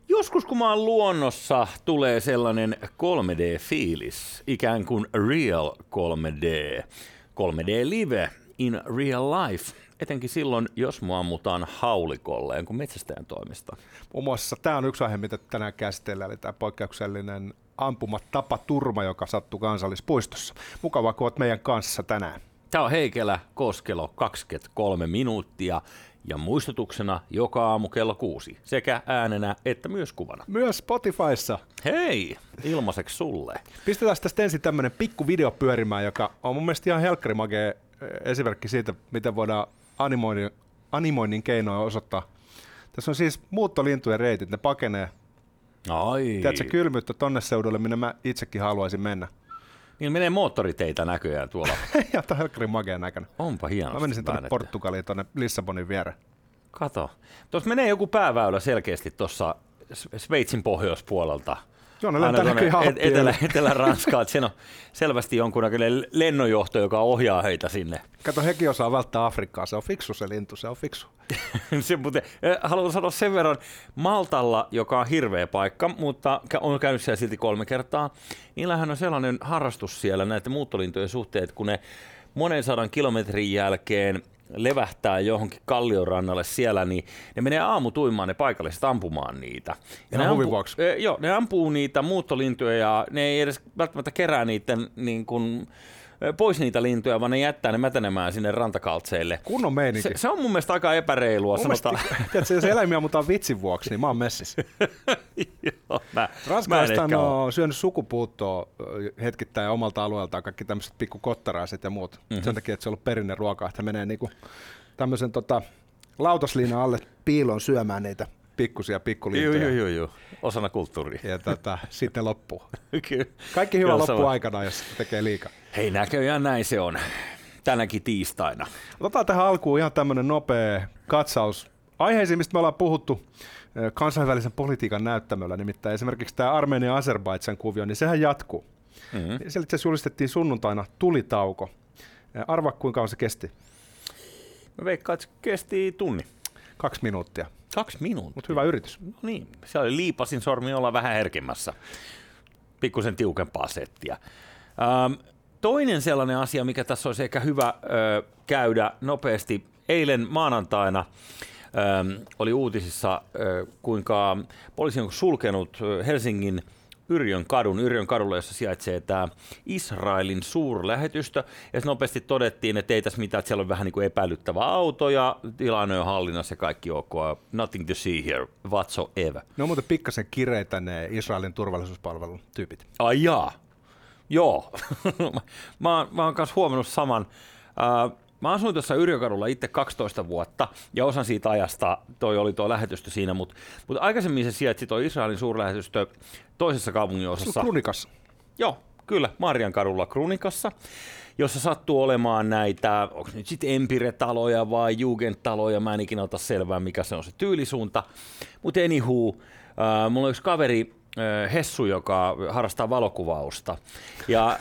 Joskus kun mä oon luonnossa, tulee sellainen 3D-fiilis, ikään kuin real 3D. 3D live in real life, etenkin silloin, jos mua ammutaan haulikolle jonkun metsästäjän toimesta. Muun muassa tämä on yksi aihe, mitä tänään käsitellään, eli tämä poikkeuksellinen ampumatapaturma, joka sattuu Kansallispuistossa. Mukavaa, kun olet meidän kanssa tänään. Tämä on Heikelä Koskelo 23 minuuttia. Ja muistutuksena joka aamu kello 6, sekä äänenä että myös kuvana. Myös Spotifyssa. Hei, ilmaiseksi sulle. Pistetään tästä ensin tämmöinen pikku video pyörimään, joka on mun mielestä ihan helkkarimagea esimerkki siitä, miten voidaan animoinnin keinoja osoittaa. Tässä on siis muuttolintujen reitit, ne pakenee. Ai. Tiedätkö kylmyyttä tonne seudulle, minne mä itsekin haluaisin mennä. Niin menee moottoriteitä näköjään tuolla. Ja tämä on helkkarimagea näköinen. Onpa hienosti. Mä menisin tuonne Portugaliin, tuonne Lissabonin viereen. Kato. Tuossa menee joku pääväylä selkeästi tuossa Sveitsin pohjoispuolelta. Joo, ne lentää näkyy Etelä-Ranskaa. Siinä on selvästi jonkunnäköinen lennonjohto, joka ohjaa heitä sinne. Kato, hekin osaa välttää Afrikkaa. Se on fiksu se lintu, se on fiksu. Haluan sanoa sen verran, Maltalla, joka on hirveä paikka, mutta on käynyt siellä silti 3 kertaa, niillähän on sellainen harrastus siellä näiden muuttolintujen suhteen, että kun ne monen 100 kilometrin jälkeen levähtää johonkin kalliorannalle siellä, niin ne menee aamutuimaan ne paikalliset ampumaan niitä. Ja ne ampuu niitä muuttolintuja ja ne ei edes välttämättä kerää niiden niin kuin pois niitä lintuja, vaan ne jättää ne mätänemään sinne rantakaltseille. Kunnon meininki. Se on mun mielestä aika epäreilua. Tiedätkö, jos eläimiä ammutaan vitsin vuoksi, niin mä oon messissä. Ranskalaista on syönyt sukupuuttoa hetkittäin omalta alueeltaan, kaikki tämmöiset pikkukottaraiset ja muut. Sen takia, että se on ollut perinneruokaa, että menee niinku tämmöisen lautasliinan alle piiloon syömään niitä pikkusia pikkulintuja. Joo. Osana kulttuuria. Ja sitten loppuu. Kaikki hyvä loppuu aikana, jos tekee liikaa. Hei, näköjään näin se on. Tänäkin tiistaina. Otetaan tähän alkuun ihan tämmöinen nopea katsaus aiheisiin, mistä me ollaan puhuttu kansainvälisen politiikan näyttämöllä. Nimittäin esimerkiksi tämä Armenia-Azerbaidžan kuvio, niin sehän jatkuu. Siellä itse asiassa julistettiin sunnuntaina tulitauko. Arvaa, kuinka kauan se kesti? Mä veikkaan, että se kesti tunnin. 2 minuuttia. 2 minuuttia? Mutta hyvä yritys. No niin, se oli liipasin sormi olla vähän herkemmässä. Pikkusen tiukempaa settiä. Toinen sellainen asia, mikä tässä olisi ehkä hyvä käydä nopeasti. Eilen maanantaina oli uutisissa, kuinka poliisi on sulkenut Helsingin Yrjön kadulla, jossa sijaitsee tämä Israelin suurlähetystö. Ja nopeasti todettiin, että ei tässä mitään, että siellä on vähän niin kuin epäilyttävä auto ja tilanne on hallinnassa ja kaikki ok. Nothing to see here whatsoever. Ne on muuten pikkasen kireitä ne Israelin turvallisuuspalvelun tyypit. Ai jaa. Joo. mä oon kanssa huomannut saman. Mä asuin tuossa Yrjökadulla itse 12 vuotta, ja osan siitä ajasta oli tuo lähetystö siinä, mutta aikaisemmin se sijaitsi tuo Israelin suurlähetystö toisessa kaupunginosassa. Krunikassa. Joo, kyllä, Mariankadulla Krunikassa, jossa sattuu olemaan näitä, onko nyt sitten Empire-taloja vai Jugendtaloja, mä en ikinä ota selvää, mikä se on se tyylisuunta, mutta anywho, mulla on yksi kaveri, Hessu, joka harrastaa valokuvausta. Ja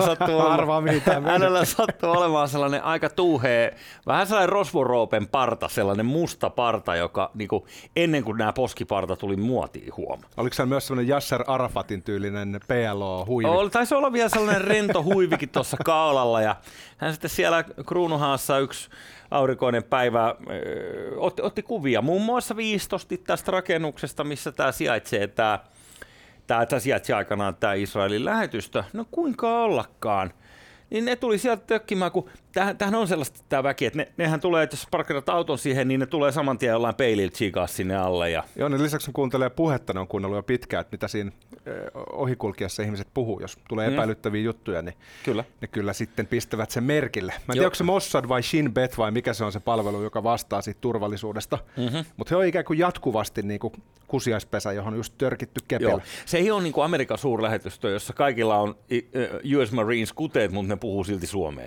hänellä sattuu olemaan sellainen aika tuuhea, vähän sellainen rosvoroopen parta, sellainen musta parta, joka niinku, ennen kuin nämä poskiparta tuli muotiin Oliko se myös sellainen Yasser Arafatin tyylinen PLO-huivi? Taisi olla vielä sellainen rento huivikin tuossa kaulalla. Ja hän sitten siellä Kruunuhaassa yksi aurinkoinen päivä otti kuvia. Muun muassa viistosti tästä rakennuksesta, missä tämä sijaitsee, Tämä sijaitsi aikanaan tämä Israelin lähetystö. No kuinka ollakaan? Niin ne tuli sieltä tökkimään, kun tämähän on sellaista tämä väki, että nehän tulee, että jos parkkeerat auton siihen, niin ne tulee saman tien jollain peilillä tsiikaa sinne alle. Ja joo, niin lisäksi kun kuuntelee puhetta, ne on kuunnellut jo pitkään, että mitä siinä ohikulkiessa ihmiset puhuu. Jos tulee epäilyttäviä juttuja, niin ne kyllä sitten pistävät sen merkille. Mä en tiedä, onko se Mossad vai Shin Bet vai mikä se on se palvelu, joka vastaa siitä turvallisuudesta. Mutta he on ikään kuin jatkuvasti niin kuin kusiaispesä, johon on just törkitty kepillä. Joo. Se ei ole niin kuin Amerikan suurlähetystö, jossa kaikilla on US Marines kuteet, mutta ne puhuu silti suomea.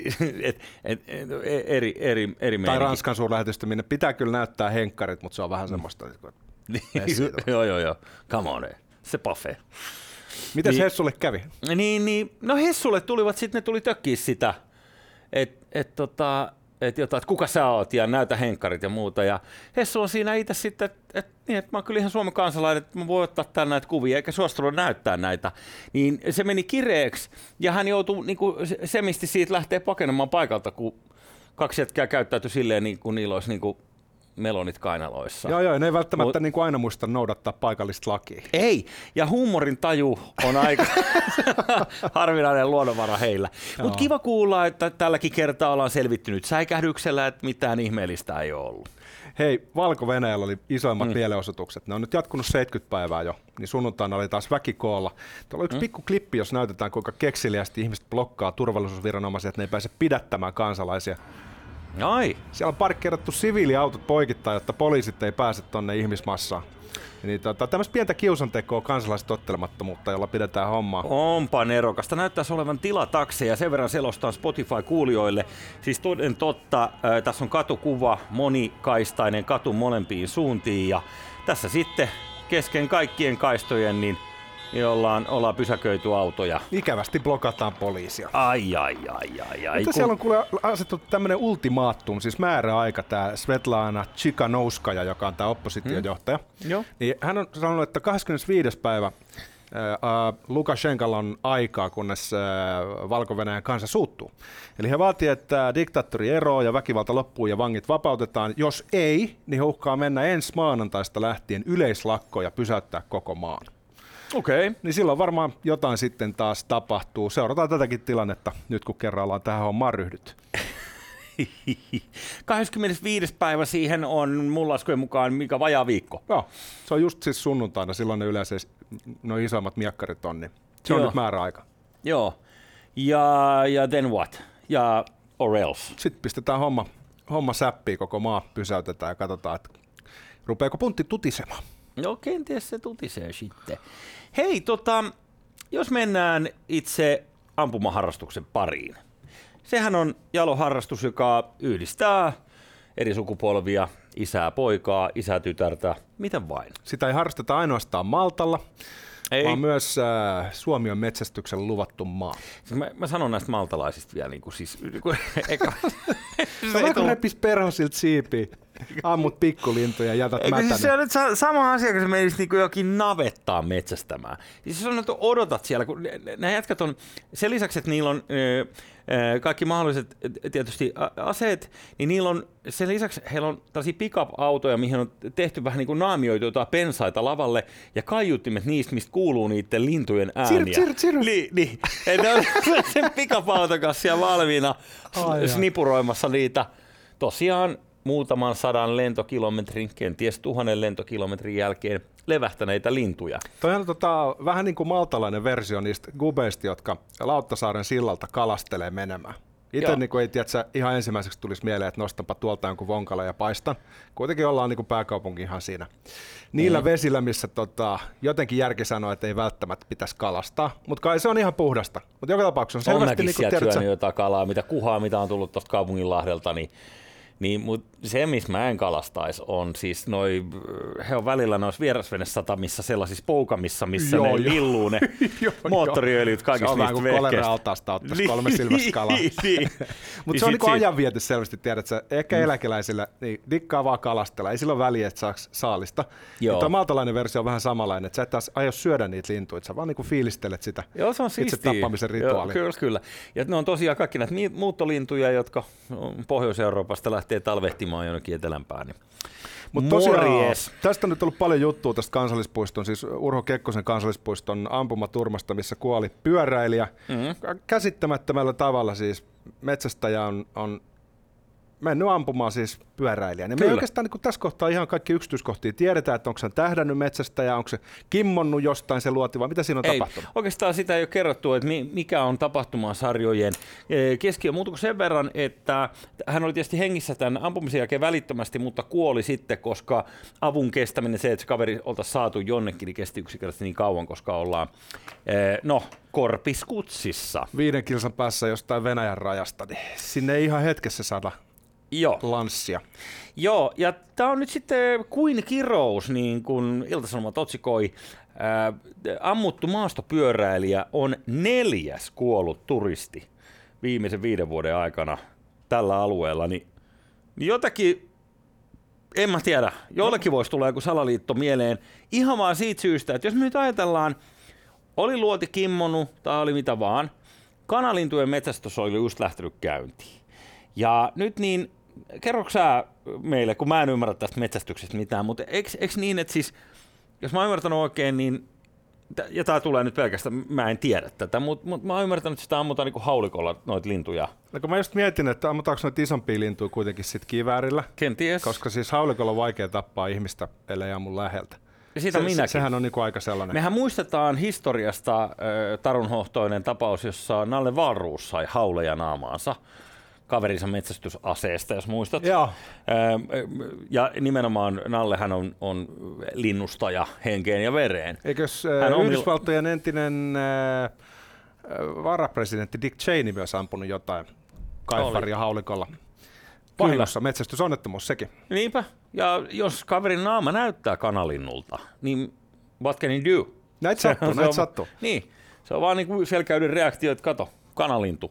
Eri tai Ranskan suurlähetystö, minne pitää kyllä näyttää henkkarit, mutta se on vähän semmoista. Joo. Come on, se pafe. Mites Hessulle kävi? No Hessulle tulivat sitten, ne tuli tökkiä sitä, että kuka sä oot ja näytä henkkarit ja muuta. Ja Hessu on siinä itse sitten, että mä oon kyllä ihan Suomen kansalainen, että mä voin ottaa tän näitä kuvia, eikä suostunut näyttää näitä. Niin se meni kireeksi ja hän joutui niinku semisti siitä lähteä pakenemaan paikalta, kun kaksi jätkää käyttäytyi silleen, niin kuin niillä olisi niinku melonit kainaloissa. Joo, ne ei välttämättä niin kuin aina muista noudattaa paikallista lakia. Ei, ja huumorin taju on aika harvinainen luonnonvara heillä. Mutta kiva kuulla, että tälläkin kertaa ollaan selvittynyt säikähdyksellä, että mitään ihmeellistä ei ole ollut. Hei, Valko-Venäjällä oli isoimmat mielenosoitukset. Ne on nyt jatkunut 70 päivää jo, niin sunnuntaina oli taas väkikoolla. Tuolla on yksi pikku klippi, jos näytetään, kuinka kekseliästi ihmiset blokkaa turvallisuusviranomaisia, että ne ei pääse pidättämään kansalaisia. Ai. Siellä on parkkeerattu siviiliautot poikittain, jotta poliisit ei pääse tonne ihmismassaan. Niin tämmöistä pientä kiusantekoa kansalaistottelemattomuutta, jolla pidetään hommaa. Onpa nerokasta. Näyttäisi olevan tilatakseja. Sen verran selostaa Spotify-kuulijoille. Siis toden totta, tässä on katukuva, monikaistainen katu molempiin suuntiin. Ja tässä sitten kesken kaikkien kaistojen niin ollaan pysäköity autoja. Ikävästi blokataan poliisia. Ai. Mutta siellä on kuule asetettu tämmöinen ultimaattum, siis määräaika, tämä Svetlana Tsikhanouskaja, joka on tämä oppositiojohtaja. Niin hän on sanonut, että 25. päivä Lukashenkalla on aikaa, kunnes Valko-Venäjän kansa suuttuu. Eli he vaatii, että diktaattori eroaa ja väkivalta loppuu ja vangit vapautetaan. Jos ei, niin he uhkaa mennä ensi maanantaista lähtien yleislakkoon ja pysäyttää koko maan. Okei. Niin silloin varmaan jotain sitten taas tapahtuu. Seurataan tätäkin tilannetta nyt, kun kerran ollaan tähän hommaan ryhdytty. 25. päivä siihen on mun laskujen mukaan mikä vajaa viikko. Joo, se on just siis sunnuntaina, silloin ne yleensä no isommat miekkarit on, niin se on nyt määräaika. Joo, ja then what? Ja or else? Sitten pistetään homma säppiin, koko maa pysäytetään ja katsotaan, että rupeako puntti tutisemaan. No kenties se tutisee sitten. Hei, jos mennään itse ampumaharrastuksen pariin. Sehän on jalo harrastus, joka yhdistää eri sukupolvia, isää poikaa, isää tytärtä, miten vain. Sitä ei harrasteta ainoastaan Maltalla, vaan myös Suomi on metsästyksen luvattu maa. Mä sanon näistä maltalaisista vielä, Se on kuin repis perhosilta siipiä. Ammut pikkulintuja ja jätät mätäneen. Siis se on nyt sama asia, kun se menisi niin jokin navettaan metsästämään. Siis se on, että odotat siellä, kun nämä jätkät on, sen lisäksi, että niillä on kaikki mahdolliset tietysti aseet, niin niillä on, sen lisäksi heillä on tällaisia pick-up-autoja, mihin on tehty vähän niin kuin naamioitu jotain pensaita lavalle ja kaiuttimet niistä, mistä kuuluu niiden lintujen ääniä. Tsir. Niin. Ne on sen pick-up-auton kanssa siellä valmiina snipuroimassa niitä. Tosiaan muutaman 100 lentokilometrin, kenties 1000 lentokilometrin jälkeen levähtäneitä lintuja. Toi on vähän niin kuin maltalainen versio niistä gubeista, jotka Lauttasaaren sillalta kalastelee menemään. Itse niin ei tiedä, ihan ensimmäiseksi tulisi mieleen, että nostanpa tuolta jonkun vonkala ja paistan. Kuitenkin ollaan niin kuin pääkaupunki ihan siinä. Niillä vesillä, missä jotenkin järki sanoo, että ei välttämättä pitäisi kalastaa, mutta kai se on ihan puhdasta. Mutta joka tapauksessa on selvästi... Mäkin sieltä syönyt jotain kalaa, mitä on tullut tuosta Kaupunginlahdelta, niin, mutta se, missä mä en kalastaisi, on siis he on välillä noissa vierasvenesatamissa sellaisissa poukamissa, missä ne lilluu ne moottoriöljyt kaikista niistä vehkeistä. Se on vähän kuin kolera-altaasta ottaisi 3 silmästä kalaa. Mutta se on niin ajanviete selvästi, tiedät sä, ehkä eläkeläisillä, niin dikkaa vaan kalastella, ei silloin väliä, että saaks saalista. Tuo maltalainen versio on vähän samanlainen, että sä et taas aio syödä niitä lintuja, sä vaan niin kuin fiilistelet sitä itse tappamisen rituaalia. Kyllä. Ja ne on tosiaan kaikki näitä muuttolintuja, jotka Pohjois-Euroopasta lähtee talvehtimaan jonnekin etelämpään. Mutta tosiaan, tästä on nyt ollut paljon juttua tästä kansallispuiston, siis Urho Kekkosen kansallispuiston ampumaturmasta, missä kuoli pyöräilijä. Käsittämättömällä tavalla siis metsästäjä on mennyt ampumaan siis pyöräilijän. Me ei oikeastaan niin tässä kohtaa ihan kaikki yksityiskohtia tiedetään, että onko se tähdännyt metsästäjä, onko se kimmonnut jostain se luoti, vai mitä siinä on tapahtunut? Oikeastaan sitä ei ole kerrottu, että mikä on tapahtumasarjojen keskiö. Muuta kuin sen verran, että hän oli tietysti hengissä tämän ampumisen jälkeen välittömästi, mutta kuoli sitten, koska avun kestäminen, se, että se kaveri oltaisiin saatu jonnekin, niin kesti yksinkertaisesti niin kauan, koska ollaan Korpiskutsissa. 5 kilsan päässä jostain Venäjän rajasta, niin sinne ei ihan hetkessä saada lanssia. Joo, ja tämä on nyt sitten kuin kirous, niin kuin Ilta-Sanomat otsikoi. Ammuttu maastopyöräilijä on 4. kuollut turisti viimeisen 5 vuoden aikana tällä alueella, niin jotakin, en mä tiedä, jollekin voisi tulla joku salaliitto mieleen ihan vaan siitä syystä, että jos me nyt ajatellaan, oli luoti kimmonut tai oli mitä vaan, kanalintujen metsästys oli just lähtenyt käyntiin. Ja nyt niin, kerroks sä meille, kun mä en ymmärrä tästä metsästyksestä mitään, mutta eikö niin, että siis, jos mä oon ymmärtänyt oikein, niin, ja tää tulee nyt pelkästään, mä en tiedä tätä, mutta mä oon ymmärtänyt, että sitä ammutaan niinku haulikolla noita lintuja. No kun mä just mietin, että ammutaanko noita isompia lintuja kuitenkin sit kiväärillä. Kenties. Koska siis haulikolla on vaikea tappaa ihmistä, ellei ammu läheltä. Sehän on niinku aika sellainen. Mehän muistetaan historiasta tarunhohtoinen tapaus, jossa Nalle Wahlroos sai hauleja naamaansa kaverinsa metsästysaseesta, jos muistat. Joo. Ja nimenomaan Nallehän on linnustaja henkeen ja vereen. Eikös Yhdysvaltojen entinen varapresidentti Dick Cheney myös ampunut jotain kaifaria haulikolla? Vahingossa, metsästysonnettomuus sekin. Niinpä. Ja jos kaverin naama näyttää kanalinnulta, niin what can he do? Näitä sattuu. Niin, se on vaan niin kuin selkäyden reaktio, että kato, kanalintu.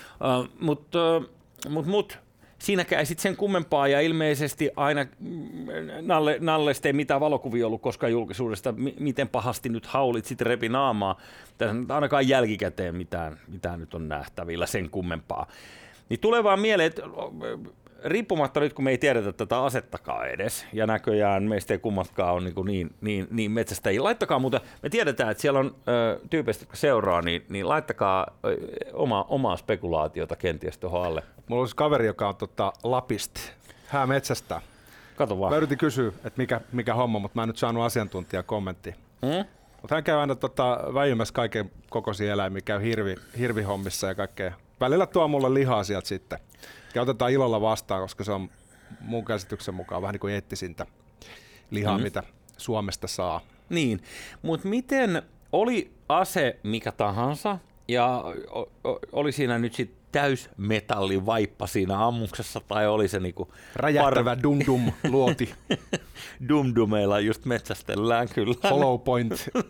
Mut siinäkään ei sitten sen kummempaa, ja ilmeisesti aina Nallesta ei mitään valokuvia ollut koskaan julkisuudesta, miten pahasti nyt haulit sitten repi naamaa. Tässä ainakaan jälkikäteen mitään nyt on nähtävillä sen kummempaa. Niin tulee vaan mieleen, että riippumatta nyt, kun me ei tiedetä tätä asettakaan edes, ja näköjään meistä ei kummatkaan ole niin metsästäjiä. Laittakaa muuten, me tiedetään, että siellä on tyypeistä, jotka seuraa, niin laittakaa omaa spekulaatiota kenties tuohon alle. Mulla olisi kaveri, joka on Lapista. Hän metsästää. Kato vaan. Mä yritin kysyä, että mikä homma, mutta mä en nyt saanut asiantuntijakommenttia. Mutta hän käy aina väimässä kaiken kokoisia eläimiä, käy hirvihommissa ja kaikkea. Välillä tuo mulle lihaa sieltä sitten. Ja otetaan ilolla vastaan, koska se on mun käsityksen mukaan vähän niin kuin eettisintä lihaa, mitä Suomesta saa. Niin, mutta miten oli ase mikä tahansa ja oli siinä nyt sitten täysmetallivaippa siinä ammuksessa tai oli se niinku räjähtävä dum-dum luoti. Dum-dumeilla just metsästellään kyllä. Hollow point.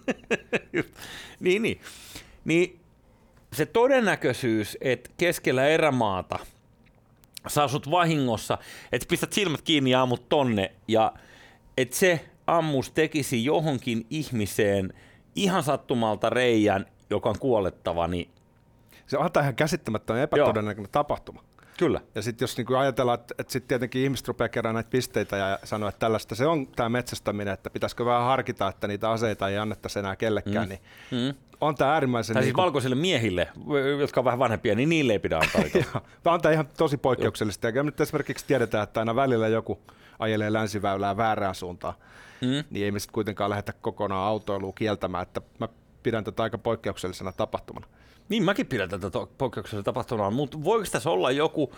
Niin se todennäköisyys, että keskellä erämaata sä sut vahingossa, että pistät silmät kiinni ja ammut tonne, ja että se ammus tekisi johonkin ihmiseen ihan sattumalta reijän, joka on kuolettava, niin se on ihan käsittämättömän epätodennäköinen tapahtuma. Kyllä. Ja sitten jos niinku ajatellaan, että sitten tietenkin ihmiset rupeaa keräämään näitä pisteitä ja sanoo, että tällaista se on tämä metsästäminen, että pitäisikö vähän harkita, että niitä aseita ei annettaisi enää kellekään, niin on tämä äärimmäisen... Tai siis valkoisille miehille, jotka on vähän vanhempia, niin niille ei pidä antaa. Tämä on ihan tosi poikkeuksellista. Ja nyt esimerkiksi tiedetään, että aina välillä joku ajelee länsiväylää väärään suuntaan, niin ei me sitten kuitenkaan lähdetä kokonaan autoilua kieltämään, että mä pidän tätä aika poikkeuksellisena tapahtumana. Niin, mäkin pidän tätä poikkeuksellisena tapahtumana, mutta voiko tässä olla joku,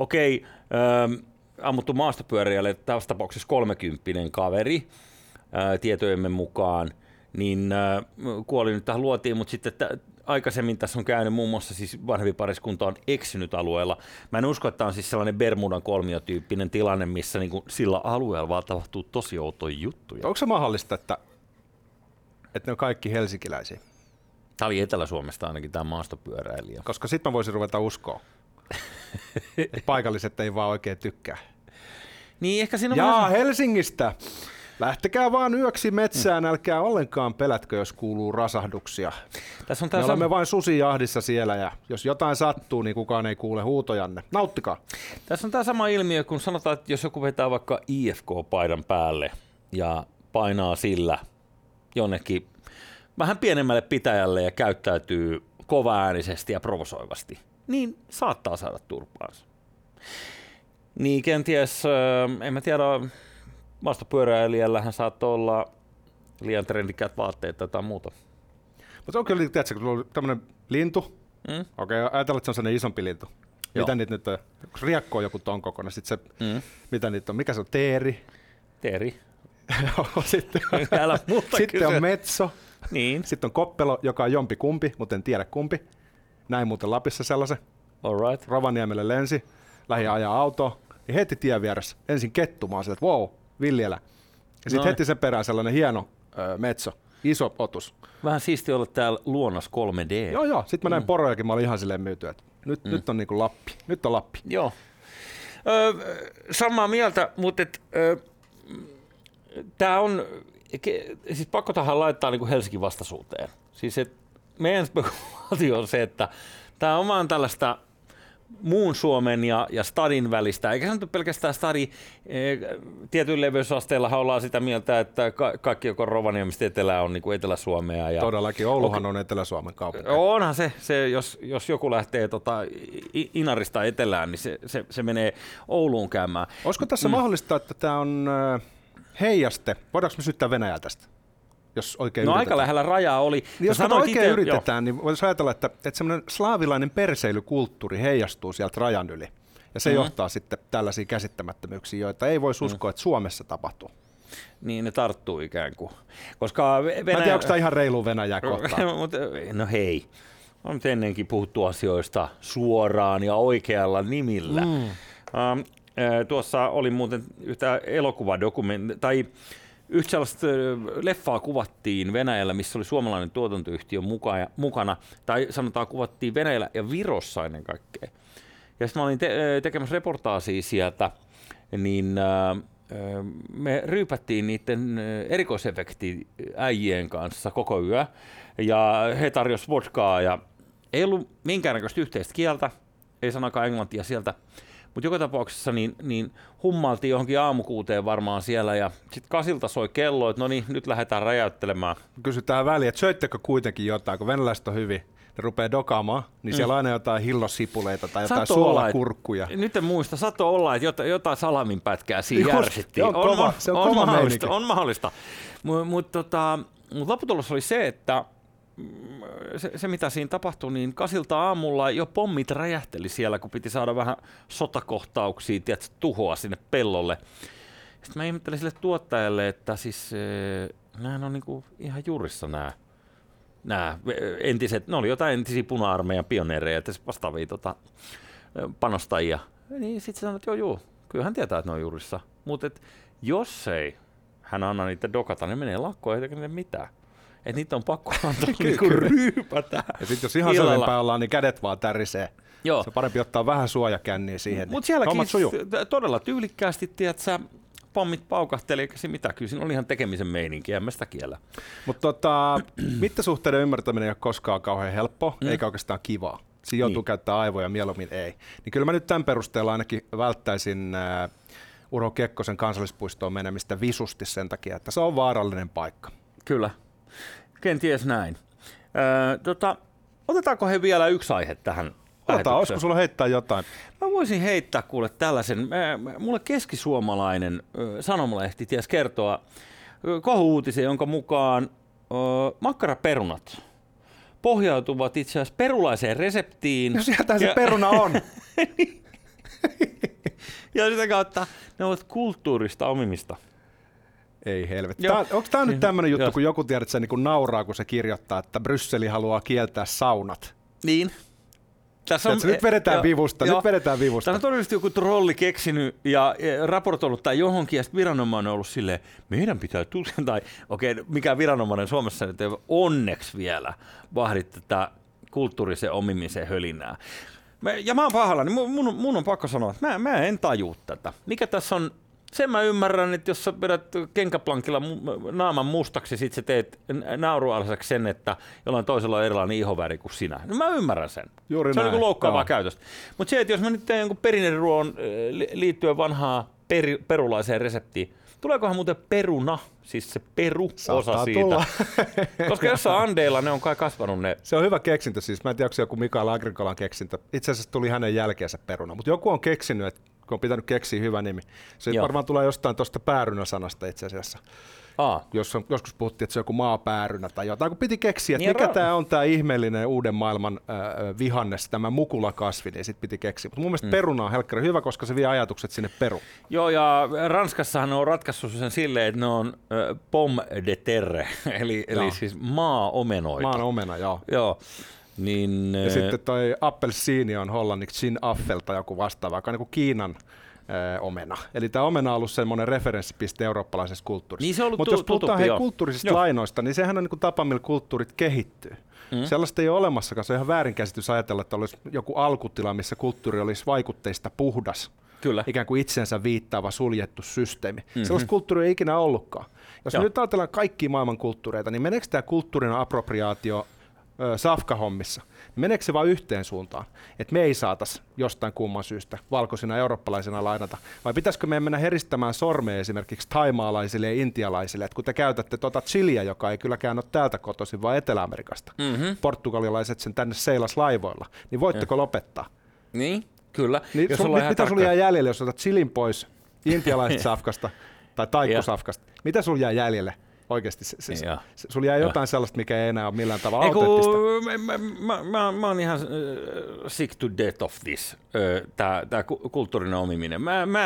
ammuttu maastopyöräilijälle, tässä tapauksessa 30 kaveri tietojemme mukaan, niin kuoli nyt tähän luotiin, mutta sitten aikaisemmin tässä on käynyt muun muassa siis vanhempi pariskunta on eksynyt alueella. Mä en usko, että tämä on siis sellainen Bermudan kolmiotyyppinen tilanne, missä niin kuin sillä alueella vaan tapahtuu tosi outoja juttuja. Onko se mahdollista, että ne on kaikki helsinkiläisiä? Tämä oli Etelä-Suomesta ainakin tämä maastopyöräilijä. Koska sitten mä voisin ruveta uskoa. Paikalliset ei vaan oikein tykkää. Niin, ehkä siinä on vähän... Helsingistä! Lähtekää vaan yöksi metsään, älkää ollenkaan pelätkö, jos kuuluu rasahduksia. Me olemme vain susijahdissa siellä ja jos jotain sattuu, niin kukaan ei kuule huutojanne. Nauttikaa. Tässä on tämä sama ilmiö, kun sanotaan, että jos joku vetää vaikka IFK-paidan päälle ja painaa sillä jonnekin vähän pienemmälle pitäjälle ja käyttäytyy kovaäänisesti ja provosoivasti, niin saattaa saada turpaansa. Niin kenties, en mä tiedä, maastopyöräilijällähän saattoi olla liian trendikkäät vaatteet tai jotain muuta. Mutta on kyllä, tiedätkö, kun on tämmöinen lintu, okei, ajatellaan, että se on sellainen isompi lintu. Mitä niitä nyt on? Onko riekko on joku ton kokoinen? Sitten se, mitä niitä on? Mikä se on? Teeri? Teeri. Sitten on metso. Niin. Sitten on koppelo, joka on jompi kumpi, mutta en tiedä kumpi. Näin muuten Lapissa sellaisen. Alright. Rovaniemelle lensi, lähi ajaa autoa, niin heti tien vieressä ensin kettumaan sieltä, wow, villieläin. Ja sitten heti sen perään sellainen hieno metso, iso otus. Vähän siisti olla täällä luonnos 3D. Joo. Sitten mä näin porojakin, mä olin ihan silleen myyty, että nyt on niinku Lappi. Nyt on Lappi. Joo. Samaa mieltä, mutta tämä on, siis pakko tähän laittaa niin kuin Helsingin vastaisuuteen. Siis meidän spekulaatio on se, että tämä on vaan tällaista muun Suomen ja stadin välistä, eikä sanottu pelkästään stadi. Tietyillä leveysasteilla ollaan sitä mieltä, että kaikki, joka Rovaniemistä etelää, on niin kuin Etelä-Suomea. Ja todellakin, Ouluhan on Etelä-Suomen kaupunki. Onhan se jos joku lähtee Inarista etelään, niin se menee Ouluun käymään. Olisiko tässä mahdollista, että tämä on heijaste? Voidaanko me syyttää Venäjää tästä? Jos oikein yritetään. Aika lähellä rajaa oli. Jos me oikein yritetään, niin voitaisiin ajatella, että semmoinen slaavilainen perseilykulttuuri heijastuu sieltä rajan yli. Ja se johtaa sitten tällaisiin käsittämättömyyksiin, joita ei voisi uskoa, että Suomessa tapahtuu. Niin, ne tarttuu ikään kuin. Koska Mä en tiedä, onko tämä ihan reilu Venäjää kohtaan. No hei, on nyt ennenkin puhuttu asioista suoraan ja oikealla nimillä. Tuossa oli muuten yhtä elokuvadokumenttia, yhtä sellaista leffaa kuvattiin Venäjällä, missä oli suomalainen tuotantoyhtiö mukana, tai sanotaan kuvattiin Venäjällä ja Virossa ennen kaikkea. Ja sitten mä olin tekemässä reportaasia sieltä, niin me ryypättiin niiden erikoisefektiäijien kanssa koko yö, ja he tarjosivat vodkaa, ja ei ollut minkäännäköistä yhteistä kieltä, ei sanakaan englantia sieltä. Mutta joka tapauksessa niin hummailtiin johonkin aamukuuteen varmaan siellä ja sitten Kasilta soi kello, että no niin, nyt lähdetään räjäyttelemään. Kysytään väliin, että söittekö kuitenkin jotain, kun venäläiset on hyvin, ne rupeaa dokaamaan, niin siellä aina jotain hillosipuleita tai jotain suolakurkkuja. Nyt en muista, saattoi olla, että jotain salaminpätkää siinä järsittiin. Se on kova mahdollista, on mahdollista. Mutta lopputulos oli se, että se, mitä siinä tapahtui, niin Kasilta aamulla jo pommit räjähteli siellä, kun piti saada vähän sotakohtauksia, tiedätkö, tuhoa sinne pellolle. Sitten mä ihmettelin sille tuottajalle, että siis nämähän on niinku ihan juurissa nämä entiset, ne oli jotain entisiä puna-armeijan pioneereja, vastaavia panostajia. Niin sitten sanoi, että joo, kyllä hän tietää, että ne on juurissa. Mutta jos ei hän anna niitä dokata, ne menee lakkoon, eikä ne mitään. Että niitä on pakko antaa niinku ryypätä. Ja sitten jos ihan selvempää ollaan, niin kädet vaan tärisee. Joo. Se on parempi ottaa vähän suojakänniä siihen. Mutta sielläkin todella tyylikkäästi, tiedätkö, pommit paukahteli, eikä se mitään. Kyllä siinä oli ihan tekemisen meininki, en mä sitä kiellä. Mutta mittasuhteiden ymmärtäminen ei ole koskaan kauhean helppo, eikä oikeastaan kivaa. Siinä joutuu käyttämään aivoja, mieluummin ei. Niin kyllä mä nyt tämän perusteella ainakin välttäisin Urho Kekkosen kansallispuistoon menemistä visusti sen takia, että se on vaarallinen paikka. Kyllä. Kenties näin. Otetaanko he vielä yksi aihe tähän lähetykseen? Olisiko sulla heittää jotain? Mä voisin heittää kuule tällaisen. Mulle keskisuomalainen sanomalehti ties kertoa kohu-uutisen, jonka mukaan makkaraperunat pohjautuvat itse asiassa perulaiseen reseptiin. No sieltä se peruna on. Ja sitä kautta ne ovat kulttuurista omimista. Ei helvetti. Onko tämä nyt tämmöinen juttu, kun joku tiedät, että se niin nauraa, kun se kirjoittaa, että Brysseli haluaa kieltää saunat? Niin. Nyt vedetään vivusta. Tässä on todennäköisesti joku trolli keksinyt ja raportoinut tai johonkin, ja sitten viranomainen on ollut silleen, meidän pitää tutkia, tai mikä viranomainen Suomessa nyt ei onneksi vielä vahdi tätä kulttuurisen omimisen hölinää. Ja mä oon pahalla, niin mun on pakko sanoa, että mä en tajua tätä. Mikä tässä on? Sen mä ymmärrän, että jos sä vedät kenkäplankilla naaman mustaksi, sit sä teet naurualaiseksi sen, että jollain toisella on erilainen ihoväri kuin sinä. No mä ymmärrän sen. Juuri se näin. On loukkaavaa käytöstä. Mutta se, että jos mä nyt teen jonkun perinneruoan liittyen vanhaan perulaiseen reseptiin, tuleekohan muuten peruna, siis se peru-osa siitä? Tulla. Koska jossain Andeilla ne on kai kasvanut ne. Se on hyvä keksintö siis. Mä en tiedä, onko se joku Mikael Agricolan keksintö. Itse asiassa tuli hänen jälkeensä peruna. Mutta joku on keksinyt, että kun on pitänyt keksiä hyvä nimi. Se varmaan tulee jostain tuosta päärynäsanasta itse asiassa. Joskus puhuttiin, että se on joku maapäärynä tai jotain, kun piti keksiä, että mikä tämä on tämä ihmeellinen uuden maailman vihannes, tämä mukulakasvi, niin sitten piti keksiä. Mutta mun mielestä peruna on helkkari hyvä, koska se vie ajatukset sinne peruun. Joo, ja Ranskassahan ne on ratkaissut sen silleen, että ne on pomme de terre, eli siis maa-omenoita. Maan-omena, joo. Niin, ja sitten toi appelsiini on hollanniksi Sinaffel tai joku vastaava, joka on niin kuin Kiinan omena. Eli tämä omena on ollut semmoinen referenssipiste eurooppalaisessa kulttuurissa. Niin se on ollut Mutta jos puhutaan kulttuurisista lainoista, niin sehän on niin kuin tapa, millä kulttuurit kehittyy. Sellaista ei ole olemassakaan. Se on ihan väärinkäsitys ajatella, että olisi joku alkutila, missä kulttuuri olisi vaikutteista puhdas. Kyllä. ikään kuin itsensä viittaava suljettu systeemi. Sellaista kulttuuria ei ikinä ollutkaan. Jos me nyt ajatellaan kaikkia maailman kulttuureita, niin meneekö tämä kulttuurinen appropriaatio safkahommissa, niin meneekö se vain yhteen suuntaan, että me ei saataisi jostain kumman syystä valkoisina eurooppalaisina lainata, vai pitäisikö meidän mennä heristämään sormea esimerkiksi thaimaalaisille ja intialaisille, että kun te käytätte chiliä, joka ei kylläkään ole täältä kotoisin, vaan Etelä-Amerikasta, portugalilaiset sen tänne seilas laivoilla, niin voitteko lopettaa? Niin, kyllä. Niin mitä sulla jää jäljelle, jos otat chilin pois intialaisesta safkasta tai taikkusafkasta? Mitä sulla jää jäljelle? Oikeasti, sulla jää jotain sellaista, mikä ei enää ole millään tavalla autenttista. Mä oon ihan sick to death of this, tää kulttuurinen omiminen.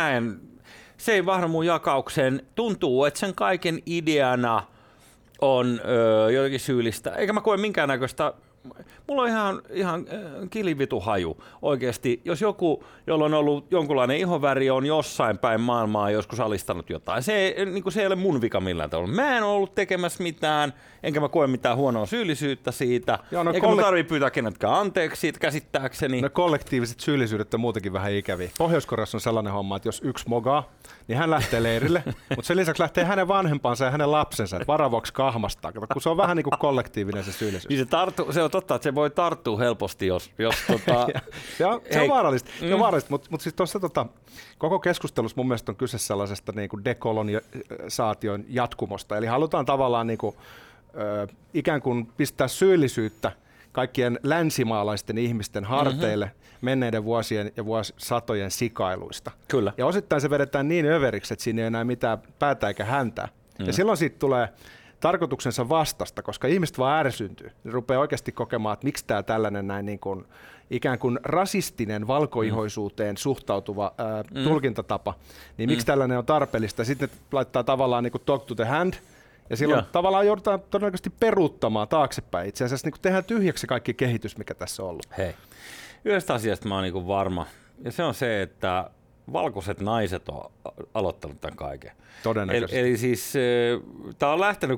Se ei vahda mun jakaukseen. Tuntuu, että sen kaiken ideana on jotenkin syyllistä, eikä mä koe minkäännäköistä. Mulla on ihan kilivitu haju oikeasti. Jos joku, jolla on ollut jonkunlainen ihoväri, on jossain päin maailmaa joskus alistanut jotain, se ei ole mun vika millään tavalla. Mä en ollut tekemässä mitään, enkä mä koe mitään huonoa syyllisyyttä siitä. Eikä mun tarvitse pyytää kenetkään anteeksi siitä käsittääkseni. No kollektiiviset syyllisyydet on muutenkin vähän ikäviä. Pohjois-Koreassa on sellainen homma, että jos yksi mogaa, niin hän lähtee leirille, mutta sen lisäksi lähtee hänen vanhempansa ja hänen lapsensa, että varavoiksi kahmastaa. Kato, kun se on vähän niin kuin kollektiivinen se syyllisyys. Niin se on totta, että se voi tarttua helposti, jos se on vaarallista. Se on vaarallista, mutta siis tuossa koko keskustelussa mun mielestä on kyse sellaisesta niin kuin dekolonisaation jatkumosta. Eli halutaan tavallaan niin kuin, ikään kuin pistää syyllisyyttä kaikkien länsimaalaisten ihmisten harteille menneiden vuosien ja vuosisatojen sikailuista. Kyllä. Ja osittain se vedetään niin överiksi, että siinä ei enää mitään päätä eikä häntää. Ja silloin siitä tulee tarkoituksensa vastasta, koska ihmiset vaan ärsyntyy. Ne rupeaa oikeasti kokemaan, että miksi tämä tällainen näin niin kuin, ikään kuin rasistinen valkoihoisuuteen suhtautuva tulkintatapa, niin miksi tällainen on tarpeellista. Sitten ne laittaa tavallaan niin kuin talk to the hand, ja silloin tavallaan joudutaan todennäköisesti peruuttamaan taaksepäin. Itse asiassa niin tehdään tyhjäksi kaikki kehitys, mikä tässä on ollut. Hei, yhdestä asiasta mä oon niin kuin varma, ja se on se, että valkoiset naiset on aloittanut tämän kaiken. Todennäköisesti. Eli siis tämä on lähtenyt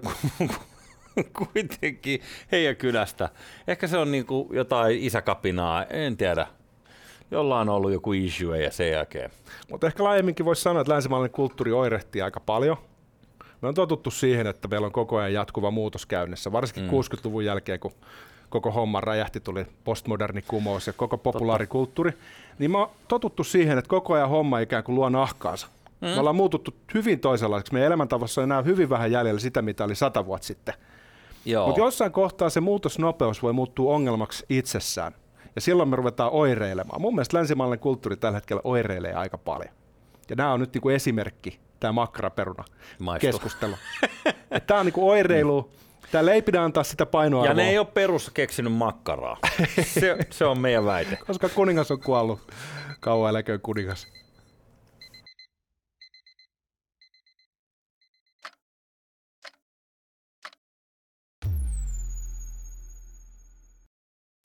kuitenkin heidän kylästä. Ehkä se on niin kuin jotain isäkapinaa, en tiedä. Jollain on ollut joku issue ja sen jälkeen. Mutta ehkä laajemminkin voisi sanoa, että länsimaalainen kulttuuri oirehtii aika paljon. Me on totuttu siihen, että meillä on koko ajan jatkuva muutos käynnissä, varsinkin 60-luvun jälkeen, kun koko homma räjähti, tuli postmoderni kumous ja koko populaarikulttuuri, niin me on totuttu siihen, että koko ajan homma ikään kuin luo nahkaansa. Me ollaan muututtu hyvin toisenlaiseksi. Meidän elämäntavassa on enää hyvin vähän jäljellä sitä, mitä oli 100 vuotta sitten. Mutta jossain kohtaa se muutosnopeus voi muuttua ongelmaksi itsessään. Ja silloin me ruvetaan oireilemaan. Mun mielestä länsimaalainen kulttuuri tällä hetkellä oireilee aika paljon. Ja nämä on nyt niinku esimerkki, tämä makkaraperuna-keskustelu. Tämä on niinku oireilu. Täällä ei pidä antaa sitä painoarvoa. Ja ne ei ole perussa keksinyt makkaraa. Se on meidän väite. Koska kuningas on kuollut. Kauan eläköön kuningas.